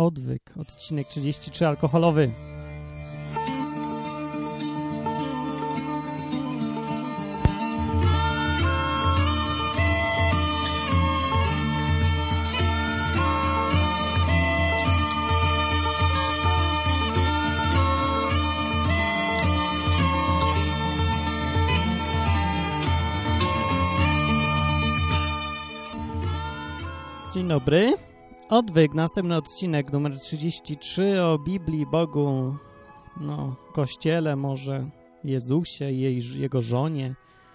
Odwyk, odcinek 33 alkoholowy. Dzień dobry. Odwyk, następny odcinek, numer 33 o Biblii, Bogu, Kościele może, Jezusie, Jego żonie,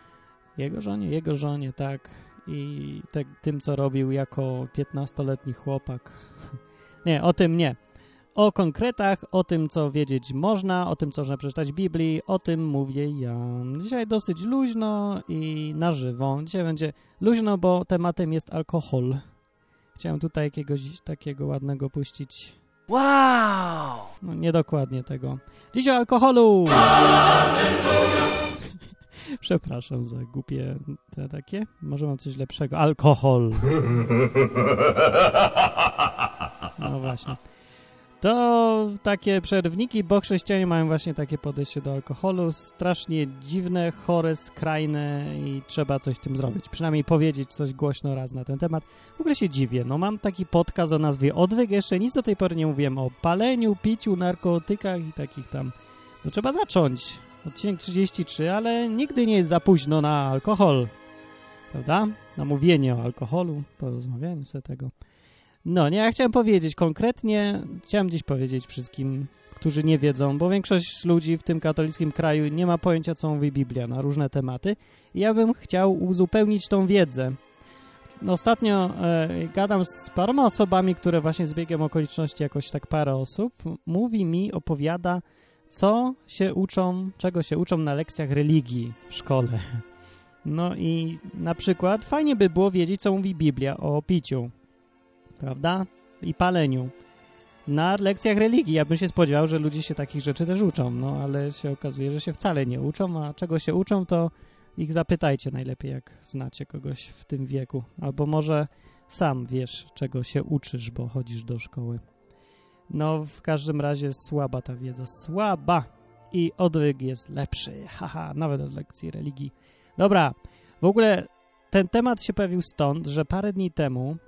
tak, i tym, co robił jako 15-letni chłopak. Nie, o tym nie. O konkretach, o tym, co wiedzieć można, o tym, co można przeczytać w Biblii, o tym mówię ja. Dzisiaj dosyć luźno i na żywo. Dzisiaj będzie luźno, bo tematem jest alkohol. Chciałem tutaj jakiegoś takiego ładnego puścić. Wow! No niedokładnie tego. Dziś o alkoholu! Przepraszam za głupie te takie. Może mam coś lepszego. Alkohol. No właśnie. To takie przerwniki, bo chrześcijanie mają właśnie takie podejście do alkoholu. Strasznie dziwne, chore, skrajne i trzeba coś z tym zrobić. Przynajmniej powiedzieć coś głośno raz na ten temat. W ogóle się dziwię. Mam taki podcast o nazwie Odwyk. Jeszcze nic do tej pory nie mówiłem o paleniu, piciu, narkotykach i takich tam. No trzeba zacząć. Odcinek 33, ale nigdy nie jest za późno na alkohol. Prawda? Na mówienie o alkoholu, porozmawianie sobie tego. Ja chciałem powiedzieć konkretnie, chciałem dziś powiedzieć wszystkim, którzy nie wiedzą, bo większość ludzi w tym katolickim kraju nie ma pojęcia, co mówi Biblia na różne tematy. I ja bym chciał uzupełnić tą wiedzę. Ostatnio gadam z paroma osobami, które właśnie z biegiem okoliczności, jakoś tak parę osób, opowiada, czego się uczą na lekcjach religii w szkole. I na przykład fajnie by było wiedzieć, co mówi Biblia o piciu. Prawda? I paleniu. Na lekcjach religii. Ja bym się spodziewał, że ludzie się takich rzeczy też uczą, ale się okazuje, że się wcale nie uczą, a czego się uczą, to ich zapytajcie najlepiej, jak znacie kogoś w tym wieku. Albo może sam wiesz, czego się uczysz, bo chodzisz do szkoły. W każdym razie słaba ta wiedza. Słaba! I odwyk jest lepszy. Nawet od lekcji religii. Dobra, w ogóle ten temat się pojawił stąd, że parę dni temu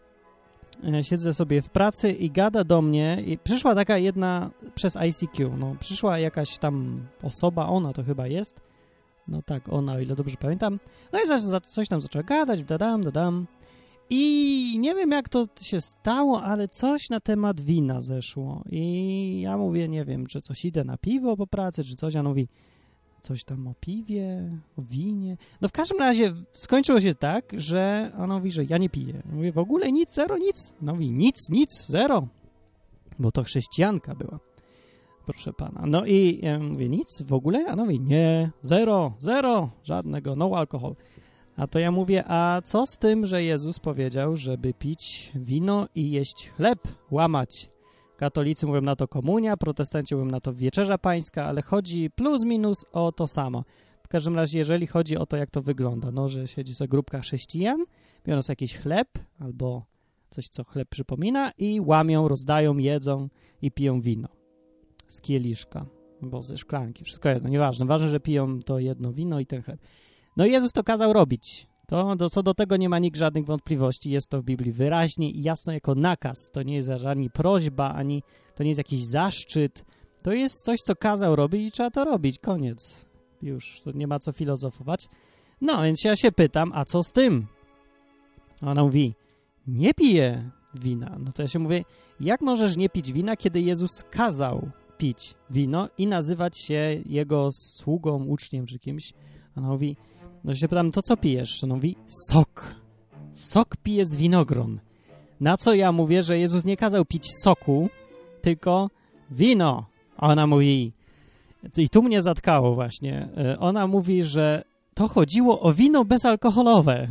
siedzę sobie w pracy i gada do mnie i przyszła taka jedna przez ICQ, przyszła jakaś tam osoba, ona to chyba jest, tak, ona, o ile dobrze pamiętam, i coś tam zaczęła gadać, dadam i nie wiem, jak to się stało, ale coś na temat wina zeszło i ja mówię, nie wiem, czy coś idę na piwo po pracy, czy coś, a on mówi, coś tam o piwie, o winie. W każdym razie skończyło się tak, że ona mówi, że ja nie piję. Mówię, w ogóle nic, zero, nic. Mówi, nic, zero. Bo to chrześcijanka była. Proszę pana. I ja mówię, nic w ogóle? A ona mówi, nie, zero, żadnego, no alkohol. A to ja mówię, a co z tym, że Jezus powiedział, żeby pić wino i jeść chleb, łamać? Katolicy mówią na to komunia, protestanci mówią na to wieczerza pańska, ale chodzi plus minus o to samo. W każdym razie, jeżeli chodzi o to, jak to wygląda, że siedzi sobie grupka chrześcijan, biorą sobie jakiś chleb albo coś, co chleb przypomina i łamią, rozdają, jedzą i piją wino z kieliszka, bo ze szklanki, wszystko jedno, nieważne. Ważne, że piją to jedno wino i ten chleb. Jezus to kazał robić. Co do tego nie ma nikt żadnych wątpliwości. Jest to w Biblii wyraźnie i jasno jako nakaz. To nie jest ani prośba, ani to nie jest jakiś zaszczyt. To jest coś, co kazał robić i trzeba to robić. Koniec. Już, to nie ma co filozofować. Więc ja się pytam, a co z tym? A ona mówi, nie piję wina. To ja się mówię, jak możesz nie pić wina, kiedy Jezus kazał pić wino i nazywać się Jego sługą, uczniem czy kimś? Ona mówi, się pytam, to co pijesz? Ona mówi, sok. Sok piję z winogron. Na co ja mówię, że Jezus nie kazał pić soku, tylko wino. A ona mówi, i tu mnie zatkało właśnie, ona mówi, że to chodziło o wino bezalkoholowe.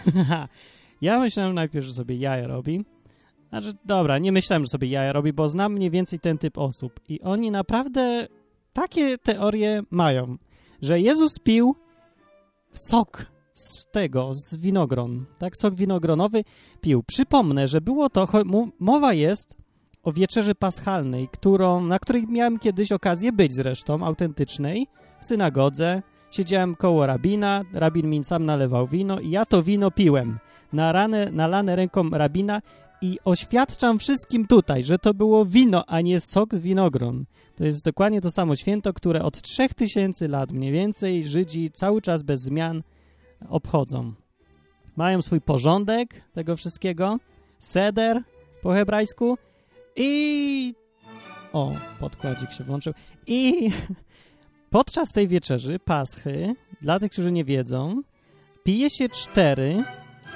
Ja myślałem najpierw, że sobie jaja robi. Dobra, nie myślałem, że sobie jaja robi, bo znam mniej więcej ten typ osób. I oni naprawdę takie teorie mają, że Jezus pił sok z winogron, tak? Sok winogronowy pił. Przypomnę, że było to, mowa jest o wieczerzy paschalnej, na której miałem kiedyś okazję być zresztą, autentycznej, w synagodze. Siedziałem koło rabina, rabin mi sam nalewał wino i ja to wino piłem, nalane ręką rabina i oświadczam wszystkim tutaj, że to było wino, a nie sok z winogron. To jest dokładnie to samo święto, które od 3000 lat mniej więcej Żydzi cały czas bez zmian obchodzą. Mają swój porządek tego wszystkiego, seder po hebrajsku i... O, podkładzik się włączył. I podczas tej wieczerzy, paschy, dla tych, którzy nie wiedzą, pije się 4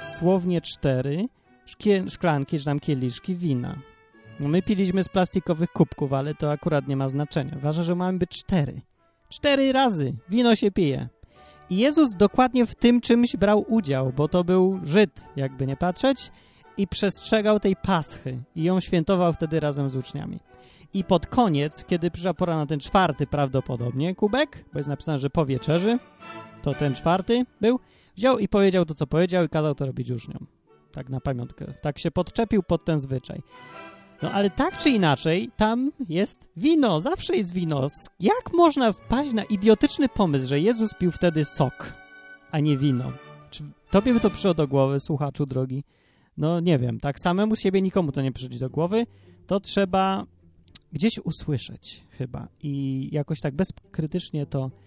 szklanki, czy tam kieliszki wina. No my piliśmy z plastikowych kubków, ale to akurat nie ma znaczenia. Ważne, że mamy być 4. 4 razy wino się pije. I Jezus dokładnie w tym czymś brał udział, bo to był Żyd, jakby nie patrzeć, i przestrzegał tej paschy i ją świętował wtedy razem z uczniami. I pod koniec, kiedy przyszła pora na ten 4 prawdopodobnie kubek, bo jest napisane, że po wieczerzy, to ten 4 był, wziął i powiedział to, co powiedział i kazał to robić uczniom. Tak na pamiątkę. Tak się podczepił pod ten zwyczaj. No ale tak czy inaczej, tam jest wino, zawsze jest wino. Jak można wpaść na idiotyczny pomysł, że Jezus pił wtedy sok, a nie wino? Czy tobie by to przyszło do głowy, słuchaczu drogi? No nie wiem, tak samemu z siebie nikomu to nie przychodzi do głowy. To trzeba gdzieś usłyszeć chyba i jakoś tak bezkrytycznie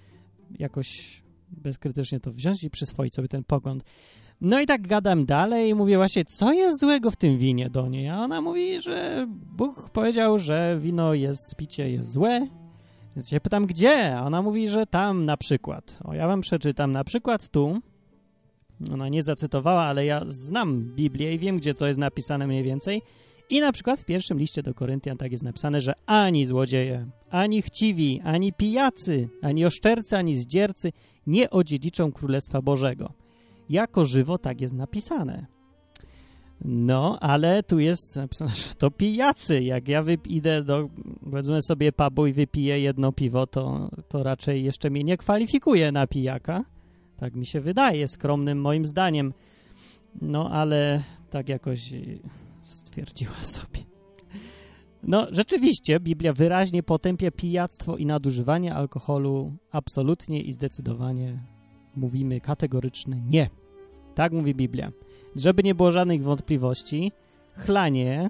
to wziąć i przyswoić sobie ten pogląd. No i tak gadam dalej i mówię właśnie, co jest złego w tym winie do niej? A ona mówi, że Bóg powiedział, że picie jest złe. Więc się pytam, gdzie? A ona mówi, że tam na przykład. O, ja wam przeczytam na przykład tu. Ona nie zacytowała, ale ja znam Biblię i wiem, gdzie co jest napisane mniej więcej. I na przykład w pierwszym liście do Koryntian tak jest napisane, że ani złodzieje, ani chciwi, ani pijacy, ani oszczercy, ani zdziercy nie odziedziczą Królestwa Bożego. Jako żywo tak jest napisane. No, ale tu jest napisane, że to pijacy. Jak ja idę do, powiedzmy sobie, pubu i wypiję jedno piwo, to raczej jeszcze mnie nie kwalifikuje na pijaka. Tak mi się wydaje, skromnym moim zdaniem. No, ale tak jakoś stwierdziła sobie. No, rzeczywiście, Biblia wyraźnie potępia pijactwo i nadużywanie alkoholu absolutnie i zdecydowanie mówimy kategoryczne nie. Tak mówi Biblia. Żeby nie było żadnych wątpliwości, chlanie,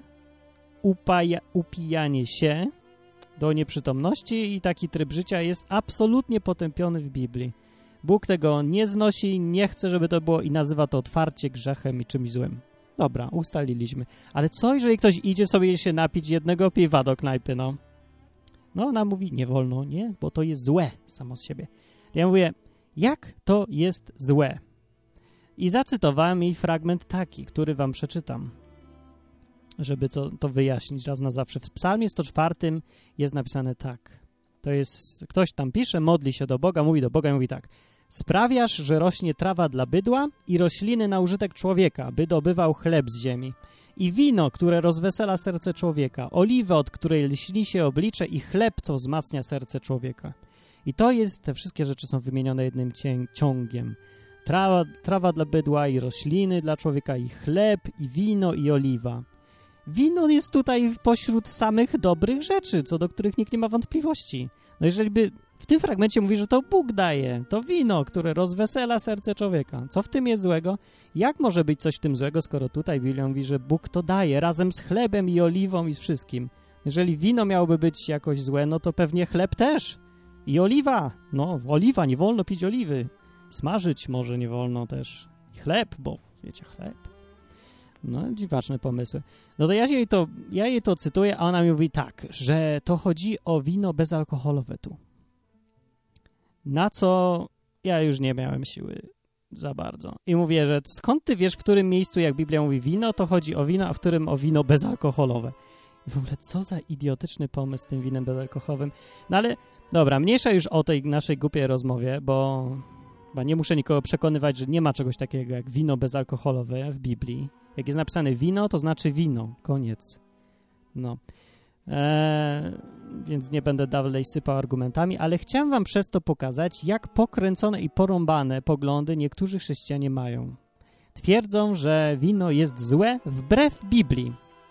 upijanie się do nieprzytomności i taki tryb życia jest absolutnie potępiony w Biblii. Bóg tego nie znosi, nie chce, żeby to było i nazywa to otwarcie grzechem i czymś złym. Dobra, ustaliliśmy. Ale co, jeżeli ktoś idzie sobie się napić jednego piwa do knajpy, no? No, ona mówi, nie wolno, nie, bo to jest złe samo z siebie. Ja mówię, jak to jest złe? I zacytowałem jej fragment taki, który wam przeczytam, żeby to wyjaśnić raz na zawsze. W Psalmie 104 jest napisane tak. To jest, ktoś tam pisze, modli się do Boga, mówi do Boga i mówi tak. Sprawiasz, że rośnie trawa dla bydła i rośliny na użytek człowieka, by dobywał chleb z ziemi. I wino, które rozwesela serce człowieka, oliwę, od której lśni się oblicze i chleb, co wzmacnia serce człowieka. I to jest, te wszystkie rzeczy są wymienione jednym ciągiem. Trawa dla bydła i rośliny dla człowieka i chleb, i wino, i oliwa. Wino jest tutaj pośród samych dobrych rzeczy, co do których nikt nie ma wątpliwości. No jeżeli by w tym fragmencie mówi, że to Bóg daje, to wino, które rozwesela serce człowieka. Co w tym jest złego? Jak może być coś w tym złego, skoro tutaj Biblia mówi, że Bóg to daje razem z chlebem i oliwą i z wszystkim? Jeżeli wino miałoby być jakoś złe, no to pewnie chleb też. I oliwa. No, oliwa, nie wolno pić oliwy. Smażyć może nie wolno też. I chleb, bo wiecie, chleb. No, dziwaczne pomysły. No to ja jej to cytuję, a ona mi mówi tak, że to chodzi o wino bezalkoholowe tu. Na co ja już nie miałem siły za bardzo. I mówię, że skąd ty wiesz, w którym miejscu, jak Biblia mówi wino, to chodzi o wino, a w którym o wino bezalkoholowe. I w ogóle co za idiotyczny pomysł z tym winem bezalkoholowym. No ale dobra, mniejsza już o tej naszej głupiej rozmowie, bo nie muszę nikogo przekonywać, że nie ma czegoś takiego jak wino bezalkoholowe w Biblii. Jak jest napisane wino, to znaczy wino. Koniec. No. Więc nie będę dalej sypał argumentami, ale chciałem wam przez to pokazać, jak pokręcone i porąbane poglądy niektórzy chrześcijanie mają. Twierdzą, że wino jest złe wbrew Biblii.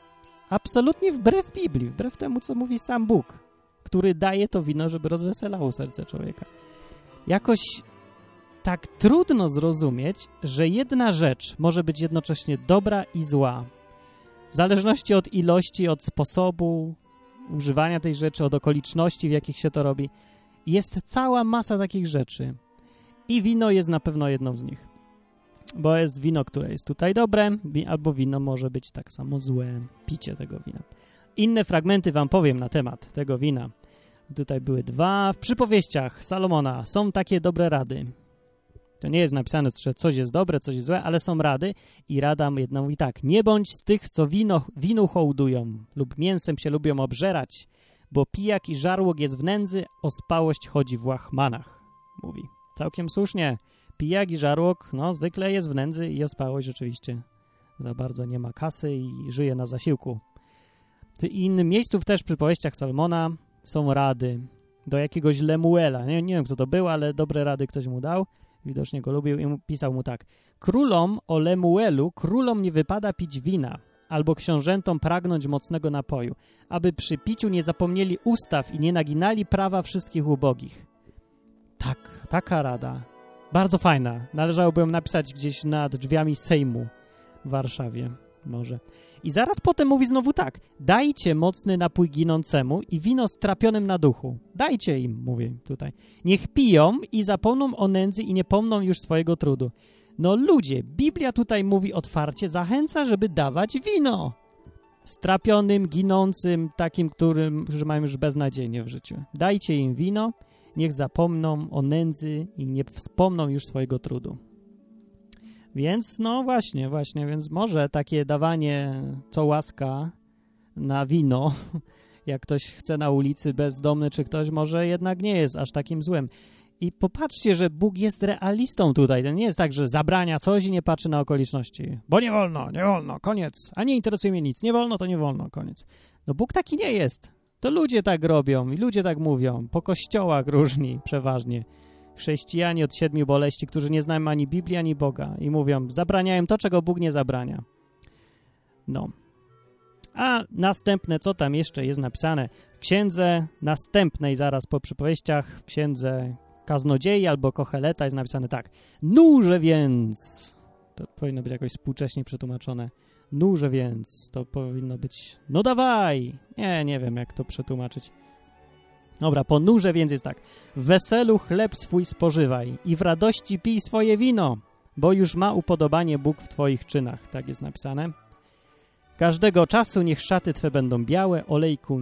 absolutnie wbrew Biblii, wbrew temu, co mówi sam Bóg, który daje to wino, żeby rozweselało serce człowieka. Jakoś tak trudno zrozumieć, że jedna rzecz może być jednocześnie dobra i zła. W zależności od ilości, od sposobu używania tej rzeczy, od okoliczności, w jakich się to robi. Jest cała masa takich rzeczy. I wino jest na pewno jedną z nich. Bo jest wino, które jest tutaj dobre, albo wino może być tak samo złe. Picie tego wina. Inne fragmenty wam powiem na temat tego wina. Tutaj były dwa. W przypowieściach Salomona są takie dobre rady. To nie jest napisane, że coś jest dobre, coś jest złe, ale są rady i rada jedna mówi tak: nie bądź z tych, co winu hołdują lub mięsem się lubią obżerać, bo pijak i żarłok jest w nędzy, ospałość chodzi w łachmanach. Mówi. Całkiem słusznie. Pijak i żarłok, no, zwykle jest w nędzy i ospałość rzeczywiście za bardzo nie ma kasy i żyje na zasiłku. W innym miejscu też w przypowieściach Salomona są rady do jakiegoś Lemuela. Nie wiem, kto to był, ale dobre rady ktoś mu dał. Widocznie go lubił i pisał mu tak: królom o Lemuelu, królom nie wypada pić wina, albo książętom pragnąć mocnego napoju, aby przy piciu nie zapomnieli ustaw i nie naginali prawa wszystkich ubogich. Tak, taka rada. Bardzo fajna. Należałoby ją napisać gdzieś nad drzwiami Sejmu w Warszawie może. I zaraz potem mówi znowu tak: dajcie mocny napój ginącemu i wino strapionym na duchu. Dajcie im, mówi tutaj. Niech piją i zapomną o nędzy i nie pomną już swojego trudu. No ludzie, Biblia tutaj mówi otwarcie, zachęca, żeby dawać wino. Strapionym, ginącym, takim, którzy mają już beznadziejnie w życiu. Dajcie im wino, niech zapomną o nędzy i nie wspomną już swojego trudu. Więc no właśnie, więc może takie dawanie co łaska na wino, jak ktoś chce na ulicy, bezdomny czy ktoś, może jednak nie jest aż takim złym. I popatrzcie, że Bóg jest realistą tutaj. To nie jest tak, że zabrania coś i nie patrzy na okoliczności. Bo nie wolno, koniec. A nie interesuje mnie nic. Nie wolno, to nie wolno, koniec. No Bóg taki nie jest. To ludzie tak robią i ludzie tak mówią. Po kościołach różni przeważnie. Chrześcijanie od 7 boleści, którzy nie znają ani Biblii, ani Boga i mówią, zabraniają to, czego Bóg nie zabrania. No. A następne, co tam jeszcze jest napisane? W księdze następnej, zaraz po przypowieściach, w księdze Kaznodziei albo Kocheleta jest napisane tak: nurze więc, to powinno być jakoś współcześnie przetłumaczone, nurze więc, to powinno być, no dawaj, nie wiem jak to przetłumaczyć. Dobra, po nurze więc jest tak: w weselu chleb swój spożywaj i w radości pij swoje wino, bo już ma upodobanie Bóg w twoich czynach. Tak jest napisane. Każdego czasu niech szaty twe będą białe, olejku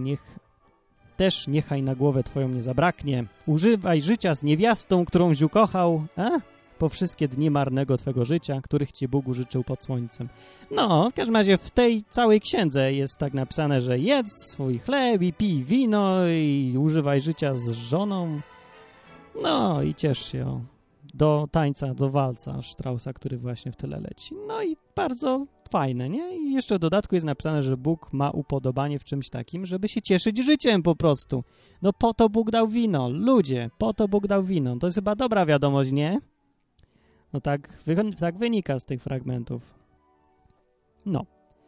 niechaj na głowę twoją nie zabraknie. Używaj życia z niewiastą, którąś ukochał, po wszystkie dni marnego twego życia, których ci Bóg użyczył pod słońcem. No, w każdym razie w tej całej księdze jest tak napisane, że jedz swój chleb i pij wino i używaj życia z żoną. No i ciesz się do tańca, do walca Straussa, który właśnie w tyle leci. No i bardzo fajne, nie? I jeszcze w dodatku jest napisane, że Bóg ma upodobanie w czymś takim, żeby się cieszyć życiem po prostu. No po to Bóg dał wino. Ludzie, po to Bóg dał wino. To jest chyba dobra wiadomość, nie? No tak wynika z tych fragmentów. No.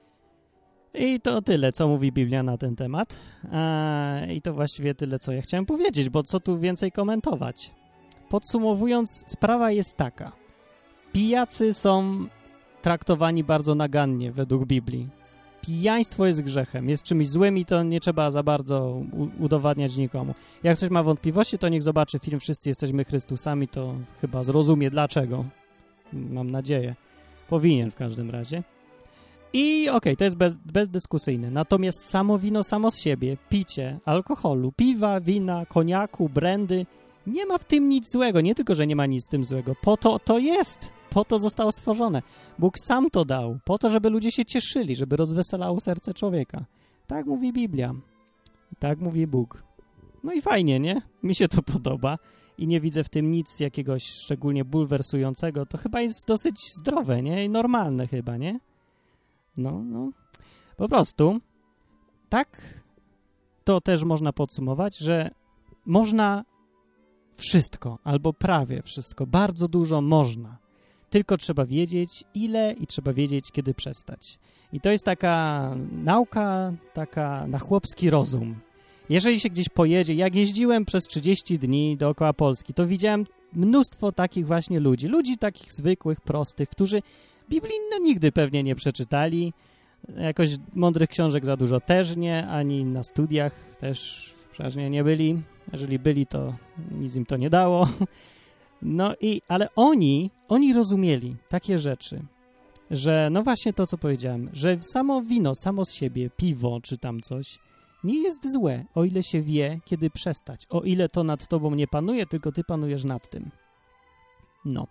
I to tyle, co mówi Biblia na ten temat. I to właściwie tyle, co ja chciałem powiedzieć, bo co tu więcej komentować? Podsumowując, sprawa jest taka. Pijacy są traktowani bardzo nagannie według Biblii. Pijaństwo jest grzechem, jest czymś złym i to nie trzeba za bardzo udowadniać nikomu. Jak ktoś ma wątpliwości, to niech zobaczy film Wszyscy jesteśmy Chrystusami, to chyba zrozumie dlaczego. Mam nadzieję. Powinien w każdym razie. I okej, to jest bezdyskusyjne. Natomiast samo wino samo z siebie, picie alkoholu, piwa, wina, koniaku, brandy, nie ma w tym nic złego. Nie tylko, że nie ma nic z tym złego. Po to to jest. Po to zostało stworzone. Bóg sam to dał. Po to, żeby ludzie się cieszyli, żeby rozweselało serce człowieka. Tak mówi Biblia. Tak mówi Bóg. No i fajnie, nie? Mi się to podoba i nie widzę w tym nic jakiegoś szczególnie bulwersującego. To chyba jest dosyć zdrowe, nie? I normalne chyba, nie? No. Po prostu tak to też można podsumować, że można wszystko, albo prawie wszystko, bardzo dużo można. tylko trzeba wiedzieć ile i trzeba wiedzieć, kiedy przestać. I to jest taka nauka, taka na chłopski rozum. Jeżeli się gdzieś pojedzie, jak jeździłem przez 30 dni dookoła Polski, to widziałem mnóstwo takich właśnie ludzi takich zwykłych, prostych, którzy Biblii nigdy pewnie nie przeczytali, jakoś mądrych książek za dużo też nie, ani na studiach też przeważnie nie byli. Jeżeli byli, to nic im to nie dało. No ale oni rozumieli takie rzeczy, że no właśnie to, co powiedziałem, że samo wino, samo z siebie, piwo czy tam coś, nie jest złe, o ile się wie, kiedy przestać. O ile to nad tobą nie panuje, tylko ty panujesz nad tym. No.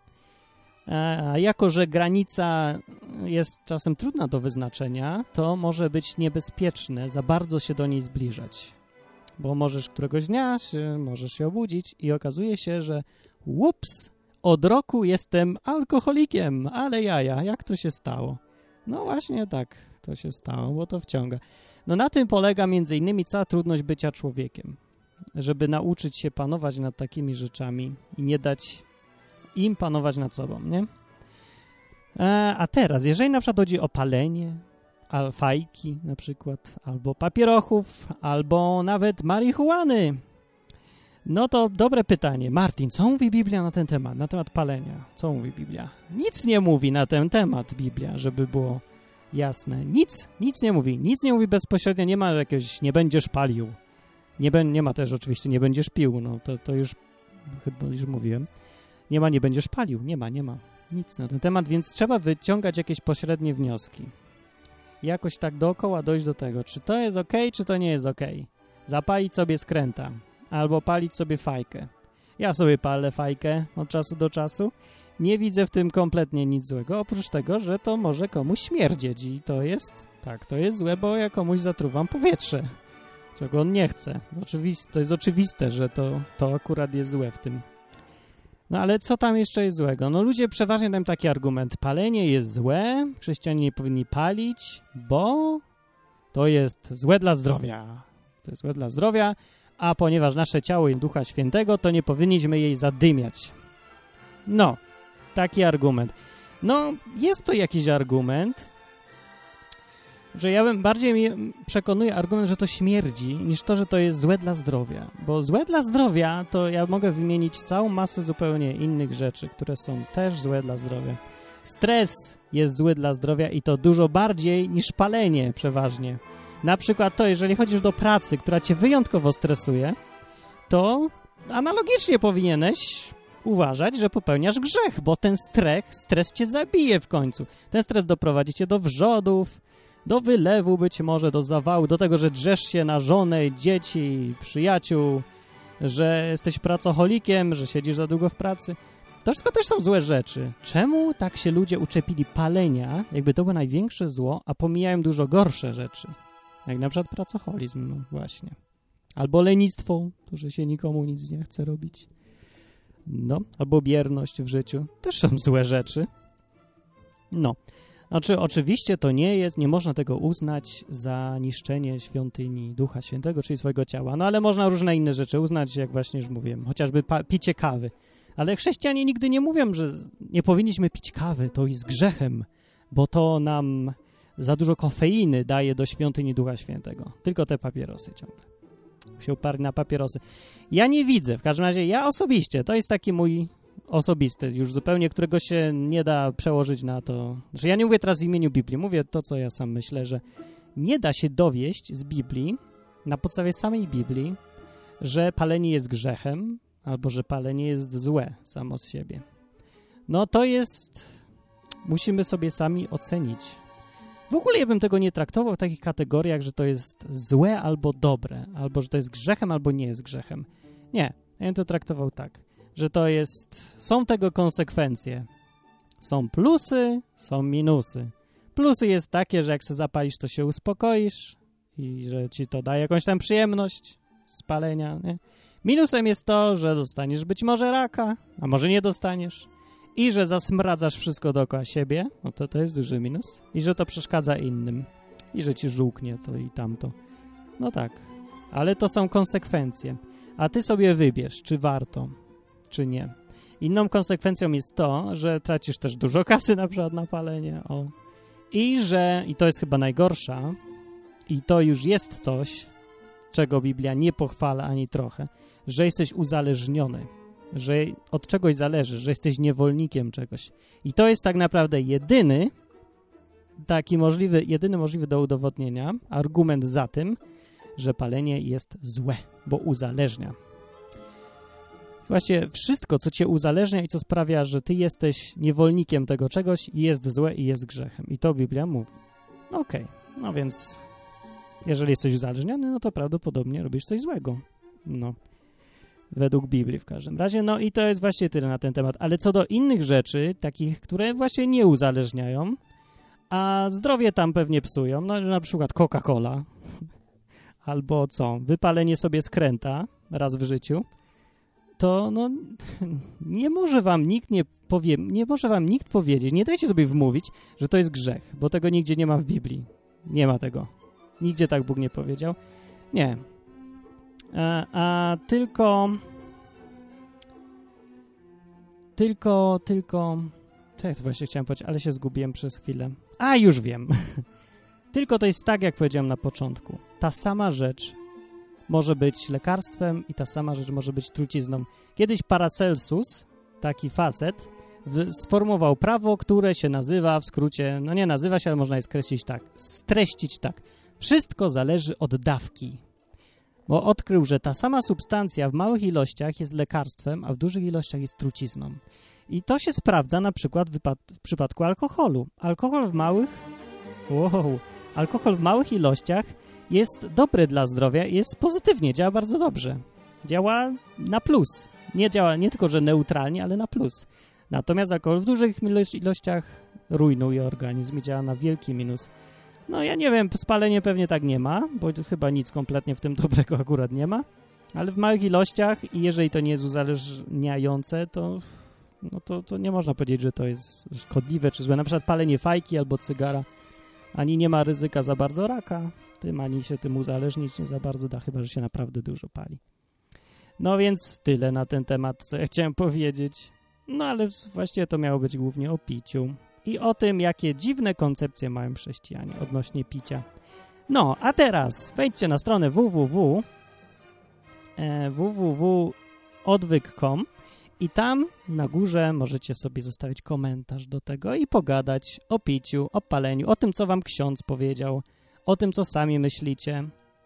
A jako, że granica jest czasem trudna do wyznaczenia, to może być niebezpieczne za bardzo się do niej zbliżać. Bo możesz któregoś dnia możesz się obudzić i okazuje się, że od roku jestem alkoholikiem, ale jaja, jak to się stało? No właśnie tak to się stało, bo to wciąga. No na tym polega między innymi cała trudność bycia człowiekiem. Żeby nauczyć się panować nad takimi rzeczami i nie dać im panować nad sobą, nie? A teraz, jeżeli na przykład chodzi o palenie, fajki na przykład, albo papierochów, albo nawet marihuany, no to dobre pytanie. Martin, co mówi Biblia na ten temat palenia? Co mówi Biblia? Nic nie mówi na ten temat Biblia, żeby było jasne. Nic nie mówi. Nic nie mówi bezpośrednio. Nie ma jakiegoś nie będziesz palił. Nie ma też oczywiście nie będziesz pił. No to już chyba już mówiłem. Nie będziesz palił. Nie ma. Nic na ten temat, więc trzeba wyciągać jakieś pośrednie wnioski. Jakoś tak dookoła dojść do tego, czy to jest okej, czy to nie jest okej. Zapalić sobie skręta. Albo palić sobie fajkę. Ja sobie palę fajkę od czasu do czasu. Nie widzę w tym kompletnie nic złego, oprócz tego, że to może komuś śmierdzieć i to jest złe, bo ja komuś zatruwam powietrze, czego on nie chce. To jest oczywiste, że to akurat jest złe w tym. No ale co tam jeszcze jest złego? No ludzie przeważnie dają taki argument. Palenie jest złe, chrześcijanie nie powinni palić, bo to jest złe dla zdrowia. To jest złe dla zdrowia, a ponieważ nasze ciało jest Ducha Świętego, to nie powinniśmy jej zadymiać. No, taki argument. No, jest to jakiś argument, że ja bym bardziej mnie przekonuje argument, że to śmierdzi, niż to, że to jest złe dla zdrowia. Bo złe dla zdrowia, to ja mogę wymienić całą masę zupełnie innych rzeczy, które są też złe dla zdrowia. Stres jest zły dla zdrowia i to dużo bardziej niż palenie przeważnie. Na przykład to, jeżeli chodzisz do pracy, która cię wyjątkowo stresuje, to analogicznie powinieneś uważać, że popełniasz grzech, bo ten stres cię zabije w końcu. Ten stres doprowadzi cię do wrzodów, do wylewu być może, do zawału, do tego, że drzesz się na żonę, dzieci, przyjaciół, że jesteś pracocholikiem, że siedzisz za długo w pracy. To wszystko też są złe rzeczy. Czemu tak się ludzie uczepili palenia, jakby to było największe zło, a pomijają dużo gorsze rzeczy? Jak na przykład pracoholizm, no właśnie. Albo lenistwo, to, że się nikomu nic nie chce robić. No, albo bierność w życiu. Też są złe rzeczy. No. Znaczy, oczywiście to nie można tego uznać za niszczenie świątyni Ducha Świętego, czyli swojego ciała. No, ale można różne inne rzeczy uznać, jak właśnie już mówiłem. Chociażby picie kawy. Ale chrześcijanie nigdy nie mówią, że nie powinniśmy pić kawy, to jest grzechem, bo to nam za dużo kofeiny daje do świątyni Ducha Świętego. Tylko te papierosy ciągle. Się uparli na papierosy. Ja nie widzę, w każdym razie ja osobiście, to jest taki mój osobisty, już zupełnie, którego się nie da przełożyć na to. Znaczy ja nie mówię teraz w imieniu Biblii, mówię to, co ja sam myślę, że nie da się dowieść z Biblii, na podstawie samej Biblii, że palenie jest grzechem, albo że palenie jest złe samo z siebie. No to jest... Musimy sobie sami ocenić. W ogóle ja bym tego nie traktował w takich kategoriach, że to jest złe albo dobre, albo że to jest grzechem, albo nie jest grzechem. Nie, ja bym to traktował tak, że to jest... Są tego konsekwencje. Są plusy, są minusy. Plusy jest takie, że jak się zapalisz, to się uspokoisz i że ci to da jakąś tam przyjemność z palenia, nie? Minusem jest to, że dostaniesz być może raka, a może nie dostaniesz. I że zasmradzasz wszystko dookoła siebie, no to jest duży minus. I że to przeszkadza innym. I że ci żółknie to i tamto. No tak, ale to są konsekwencje. A ty sobie wybierz, czy warto, czy nie. Inną konsekwencją jest to, że tracisz też dużo kasy na przykład na palenie. I to jest chyba najgorsza, i to już jest coś, czego Biblia nie pochwala ani trochę, że jesteś uzależniony, że od czegoś zależy, że jesteś niewolnikiem czegoś. I to jest tak naprawdę jedyny możliwy do udowodnienia argument za tym, że palenie jest złe, bo uzależnia. Właśnie wszystko, co cię uzależnia i co sprawia, że ty jesteś niewolnikiem tego czegoś, jest złe i jest grzechem. I to Biblia mówi. Okej, no więc jeżeli jesteś uzależniony, no to prawdopodobnie robisz coś złego. No, według Biblii w każdym razie. No i to jest właśnie tyle na ten temat. Ale co do innych rzeczy, takich, które właśnie nie uzależniają, a zdrowie tam pewnie psują, no na przykład Coca-Cola, albo wypalenie sobie skręta raz w życiu, to no, nie może wam nikt powiedzieć, nie dajcie sobie wmówić, że to jest grzech, bo tego nigdzie nie ma w Biblii. Nie ma tego. Nigdzie tak Bóg nie powiedział. Nie. Co ja właśnie chciałem powiedzieć, ale się zgubiłem przez chwilę. Już wiem. Tylko to jest tak, jak powiedziałem na początku. Ta sama rzecz może być lekarstwem i ta sama rzecz może być trucizną. Kiedyś Paracelsus, taki facet, sformułował prawo, które się nazywa w skrócie, no nie nazywa się, ale można je streścić tak. Wszystko zależy od dawki. Bo odkrył, że ta sama substancja w małych ilościach jest lekarstwem, a w dużych ilościach jest trucizną. I to się sprawdza na przykład w przypadku alkoholu. Alkohol w małych ilościach jest dobry dla zdrowia i jest pozytywnie, działa bardzo dobrze. Działa na plus. Nie tylko, że neutralnie, ale na plus. Natomiast alkohol w dużych ilościach rujnuje organizm i działa na wielki minus. No ja nie wiem, spalenie pewnie tak nie ma, bo chyba nic kompletnie w tym dobrego akurat nie ma, ale w małych ilościach i jeżeli to nie jest uzależniające, to nie można powiedzieć, że to jest szkodliwe czy złe. Na przykład palenie fajki albo cygara ani nie ma ryzyka za bardzo raka, ani się tym uzależnić nie za bardzo da, chyba że się naprawdę dużo pali. No więc tyle na ten temat, co ja chciałem powiedzieć. No ale właściwie to miało być głównie o piciu i o tym, jakie dziwne koncepcje mają chrześcijanie odnośnie picia. No, a teraz wejdźcie na stronę www.odwyk.com i tam na górze możecie sobie zostawić komentarz do tego i pogadać o piciu, o paleniu, o tym, co wam ksiądz powiedział, o tym, co sami myślicie.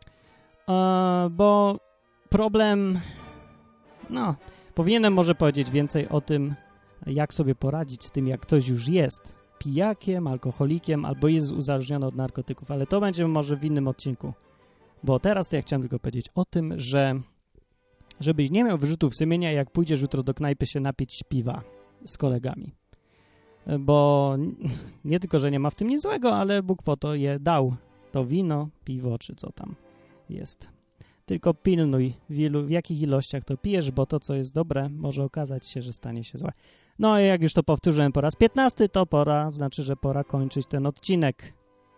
Bo problem... No, powinienem może powiedzieć więcej o tym, jak sobie poradzić z tym, jak ktoś już jest pijakiem, alkoholikiem albo jest uzależniony od narkotyków, ale to będzie może w innym odcinku. Bo teraz to ja chciałem tylko powiedzieć o tym, żebyś nie miał wyrzutów sumienia, jak pójdziesz jutro do knajpy się napić piwa z kolegami. Bo nie tylko, że nie ma w tym nic złego, ale Bóg po to je dał. To wino, piwo czy co tam jest. Tylko pilnuj, w jakich ilościach to pijesz, bo to, co jest dobre, może okazać się, że stanie się złe. No i jak już to powtórzyłem po raz 15, to że pora kończyć ten odcinek.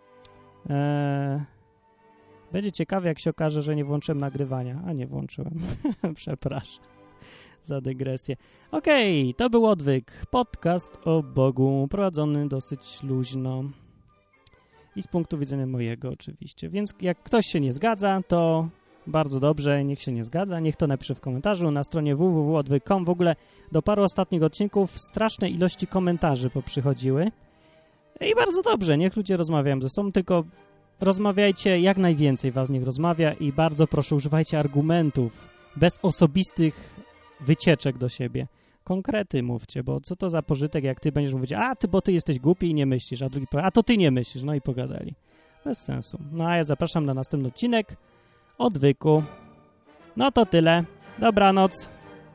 Będzie ciekawe, jak się okaże, że nie włączyłem nagrywania. A nie włączyłem. Przepraszam za dygresję. Okej, to był Odwyk. Podcast o Bogu, prowadzony dosyć luźno. I z punktu widzenia mojego oczywiście. Więc jak ktoś się nie zgadza, to bardzo dobrze, niech się nie zgadza. Niech to napisze w komentarzu na stronie www.odwyk.com. W ogóle do paru ostatnich odcinków straszne ilości komentarzy poprzychodziły. I bardzo dobrze, niech ludzie rozmawiają ze sobą, tylko rozmawiajcie, jak najwięcej was niech rozmawia i bardzo proszę używajcie argumentów, bez osobistych wycieczek do siebie. Konkrety mówcie, bo co to za pożytek, jak ty będziesz mówić, bo ty jesteś głupi i nie myślisz, a drugi powie, to ty nie myślisz, no i pogadali. Bez sensu. No a ja zapraszam na następny odcinek Odwyku. No to tyle. Dobranoc.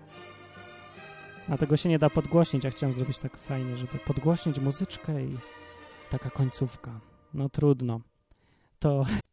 A tego się nie da podgłośnić, ja chciałem zrobić tak fajnie, żeby podgłośnić muzyczkę i taka końcówka. No trudno. To